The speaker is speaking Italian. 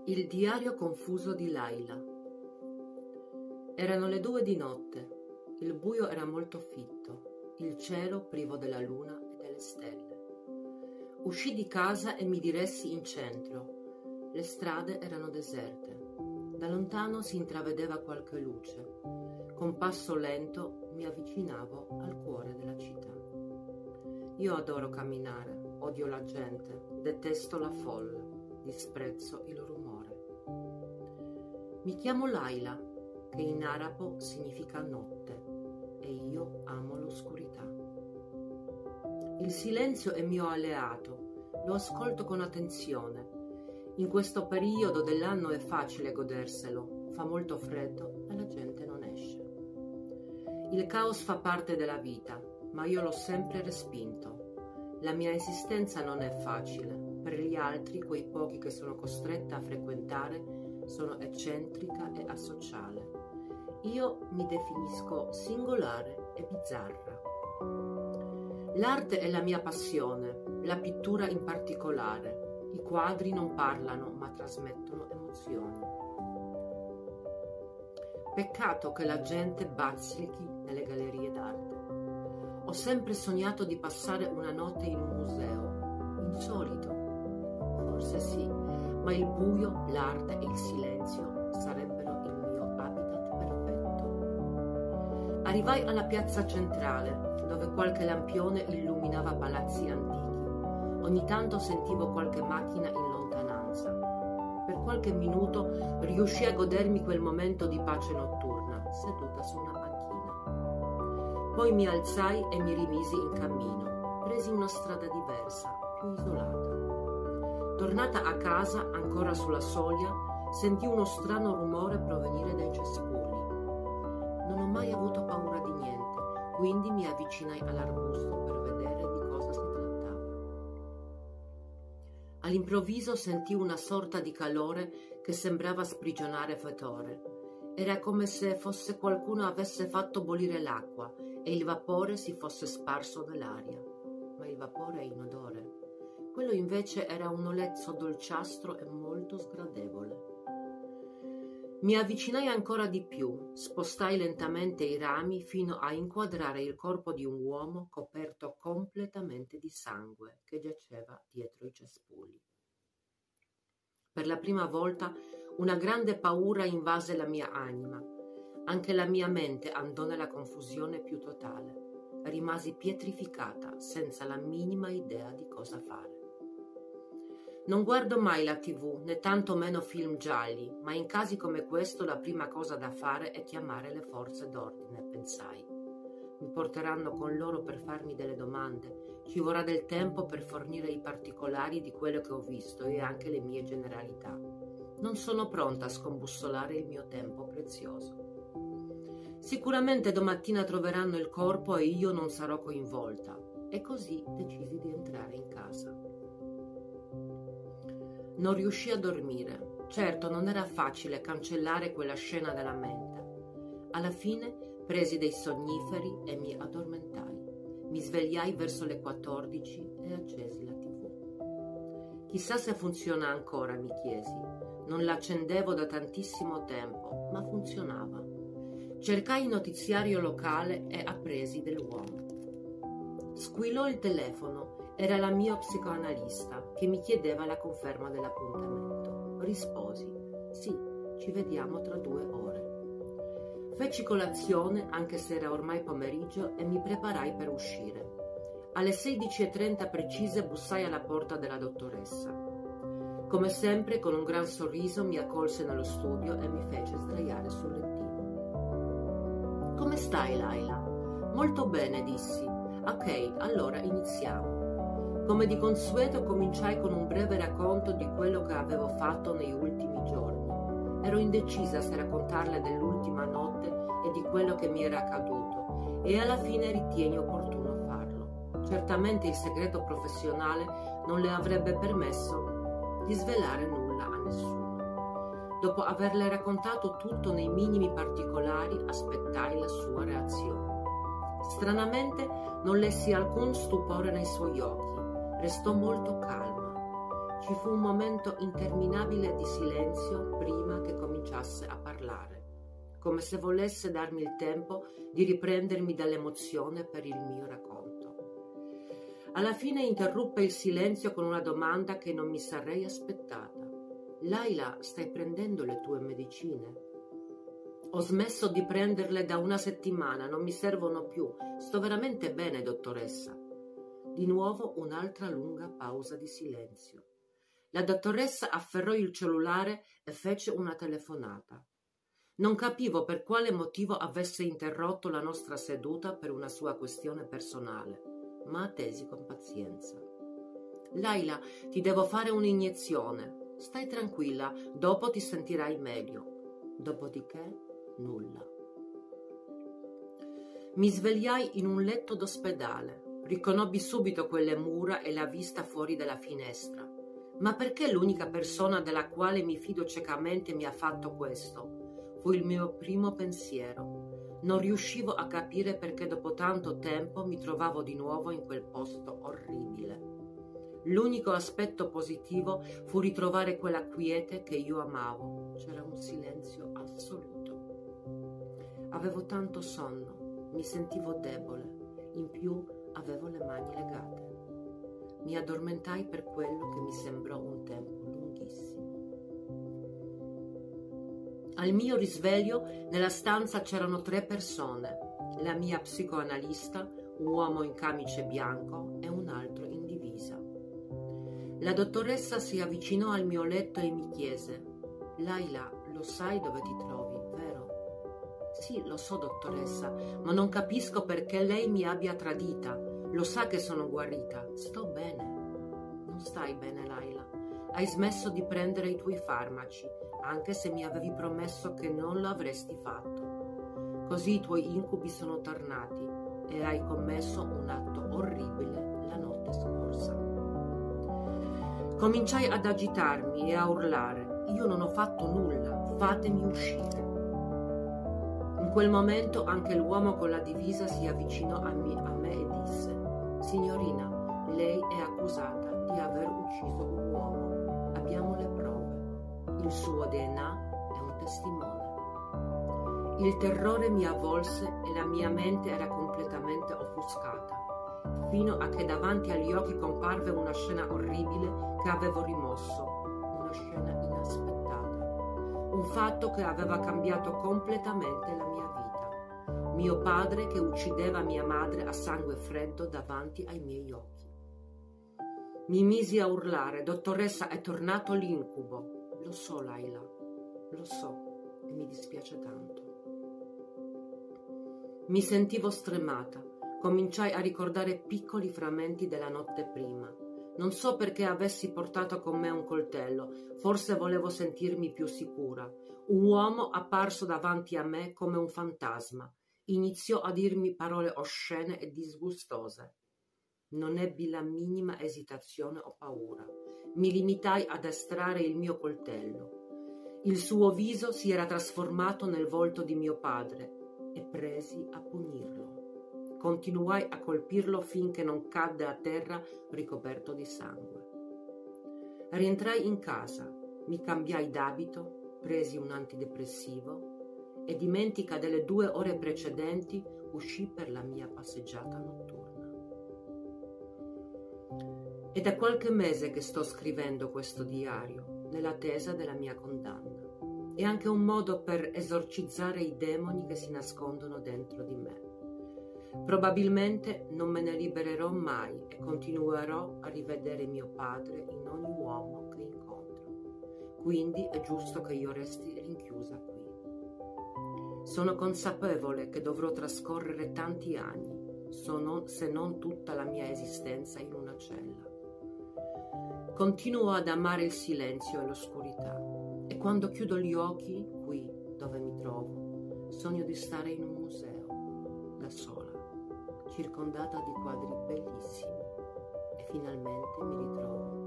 Il diario confuso di Laila. Erano le 2 di notte, il buio era molto fitto, il cielo privo della luna e delle stelle. Uscì di casa e mi diressi in centro. Le strade erano deserte. Da lontano si intravedeva qualche luce. Con passo lento mi avvicinavo al cuore della città. Io adoro camminare, odio la gente, detesto la folla, disprezzo il rumore. Mi chiamo Laila, che in arabo significa notte, e io amo l'oscurità. Il silenzio è mio alleato, lo ascolto con attenzione. In questo periodo dell'anno è facile goderselo, fa molto freddo e la gente non esce. Il caos fa parte della vita, ma io l'ho sempre respinto. La mia esistenza non è facile. Per gli altri, quei pochi che sono costretta a frequentare, sono eccentrica e asociale. Io mi definisco singolare e bizzarra. L'arte è la mia passione, la pittura in particolare. I quadri non parlano, ma trasmettono emozioni. Peccato che la gente bazzichi nelle gallerie d'arte. Ho sempre sognato di passare una notte in un museo. Insolito? Forse sì, ma il buio, l'arte e il silenzio sarebbero il mio habitat perfetto. Arrivai alla piazza centrale, dove qualche lampione illuminava palazzi antichi. Ogni tanto sentivo qualche macchina in lontananza. Per qualche minuto riuscii a godermi quel momento di pace notturna, seduta su una panchina. Poi mi alzai e mi rimisi in cammino. Presi una strada diversa, più isolata. Tornata a casa, ancora sulla soglia, sentii uno strano rumore provenire dai cespugli. Non ho mai avuto paura di niente, quindi mi avvicinai all'arbusto per vedere di cosa si trattava. All'improvviso sentii una sorta di calore che sembrava sprigionare fetore. Era come se fosse qualcuno avesse fatto bollire l'acqua e il vapore si fosse sparso nell'aria. Ma il vapore è inodore. Quello invece era un olezzo dolciastro e molto sgradevole. Mi avvicinai ancora di più, spostai lentamente i rami fino a inquadrare il corpo di un uomo coperto completamente di sangue che giaceva dietro i cespugli. Per la prima volta una grande paura invase la mia anima. Anche la mia mente andò nella confusione più totale. Rimasi pietrificata, senza la minima idea di cosa fare. Non guardo mai la TV, né tanto meno film gialli, ma in casi come questo la prima cosa da fare è chiamare le forze d'ordine, pensai. Mi porteranno con loro per farmi delle domande, ci vorrà del tempo per fornire i particolari di quello che ho visto e anche le mie generalità. Non sono pronta a scombussolare il mio tempo prezioso. Sicuramente domattina troveranno il corpo e io non sarò coinvolta, e così decisi di entrare in casa. Non riuscii a dormire. Certo, non era facile cancellare quella scena dalla mente. Alla fine presi dei sonniferi e mi addormentai. Mi svegliai verso le 14 e accesi la TV. Chissà se funziona ancora, mi chiesi. Non l'accendevo da tantissimo tempo, ma funzionava. Cercai il notiziario locale e appresi dell'uomo. Squillò il telefono. Era la mia psicoanalista che mi chiedeva la conferma dell'appuntamento. Risposi: sì, ci vediamo tra 2 ore. Feci colazione, anche se era ormai pomeriggio, e mi preparai per uscire. Alle 16:30 precise bussai alla porta della dottoressa. Come sempre, con un gran sorriso mi accolse nello studio e mi fece sdraiare sul lettino. Come stai, Laila? Molto bene, dissi. Ok, allora iniziamo. Come di consueto cominciai con un breve racconto di quello che avevo fatto negli ultimi giorni. Ero indecisa se raccontarle dell'ultima notte e di quello che mi era accaduto, e alla fine ritieni opportuno farlo. Certamente il segreto professionale non le avrebbe permesso di svelare nulla a nessuno. Dopo averle raccontato tutto nei minimi particolari, aspettai la sua reazione. Stranamente non lessi alcun stupore nei suoi occhi. Restò molto calma. Ci fu un momento interminabile di silenzio prima che cominciasse a parlare, come se volesse darmi il tempo di riprendermi dall'emozione per il mio racconto. Alla fine interruppe il silenzio con una domanda che non mi sarei aspettata. Laila, stai prendendo le tue medicine? Ho smesso di prenderle da una settimana, non mi servono più. Sto veramente bene, dottoressa. Di nuovo un'altra lunga pausa di silenzio. La dottoressa afferrò il cellulare e fece una telefonata. Non capivo per quale motivo avesse interrotto la nostra seduta per una sua questione personale, ma attesi con pazienza. Laila, ti devo fare un'iniezione. Stai tranquilla, dopo ti sentirai meglio. Dopodiché, nulla. Mi svegliai in un letto d'ospedale. Riconobbi subito quelle mura e la vista fuori dalla finestra. Ma perché l'unica persona della quale mi fido ciecamente mi ha fatto questo? Fu il mio primo pensiero. Non riuscivo a capire perché dopo tanto tempo mi trovavo di nuovo in quel posto orribile. L'unico aspetto positivo fu ritrovare quella quiete che io amavo. C'era un silenzio assoluto. Avevo tanto sonno, mi sentivo debole, in più avevo le mani legate. Mi addormentai per quello che mi sembrò un tempo lunghissimo. Al mio risveglio nella stanza c'erano 3 persone, la mia psicoanalista, un uomo in camice bianco e un altro in divisa. La dottoressa si avvicinò al mio letto e mi chiese: Laila, lo sai dove ti trovi, vero? Sì, lo so, dottoressa, ma non capisco perché lei mi abbia tradita. Lo sa che sono guarita. Sto bene. Non stai bene, Laila. Hai smesso di prendere i tuoi farmaci, anche se mi avevi promesso che non lo avresti fatto. Così i tuoi incubi sono tornati e hai commesso un atto orribile la notte scorsa. Cominciai ad agitarmi e a urlare. Io non ho fatto nulla, fatemi uscire. In quel momento anche l'uomo con la divisa si avvicinò a me e disse: Signorina, lei è accusata di aver ucciso un uomo. Abbiamo le prove. Il suo DNA è un testimone. Il terrore mi avvolse e la mia mente era completamente offuscata, fino a che davanti agli occhi comparve una scena orribile che avevo rimosso, una scena inaspettata, un fatto che aveva cambiato completamente la mia vita. Mio padre che uccideva mia madre a sangue freddo davanti ai miei occhi. Mi misi a urlare: dottoressa, è tornato l'incubo. Lo so, Laila, lo so, e mi dispiace tanto. Mi sentivo stremata. Cominciai a ricordare piccoli frammenti della notte prima. Non so perché avessi portato con me un coltello, forse volevo sentirmi più sicura. Un uomo apparso davanti a me come un fantasma. Iniziò a dirmi parole oscene e disgustose. Non ebbi la minima esitazione o paura. Mi limitai ad estrarre il mio coltello. Il suo viso si era trasformato nel volto di mio padre e presi a punirlo. Continuai a colpirlo finché non cadde a terra ricoperto di sangue. Rientrai in casa, mi cambiai d'abito, presi un antidepressivo e, dimentica delle 2 ore precedenti, uscì per la mia passeggiata notturna. È da qualche mese che sto scrivendo questo diario, nell'attesa della mia condanna. È anche un modo per esorcizzare i demoni che si nascondono dentro di me. Probabilmente non me ne libererò mai e continuerò a rivedere mio padre in ogni uomo che incontro. Quindi è giusto che io resti rinchiusa qui. Sono consapevole che dovrò trascorrere tanti anni, se non tutta la mia esistenza, in una cella. Continuo ad amare il silenzio e l'oscurità e quando chiudo gli occhi, qui dove mi trovo, sogno di stare in un museo, da sola, circondata di quadri bellissimi e finalmente mi ritrovo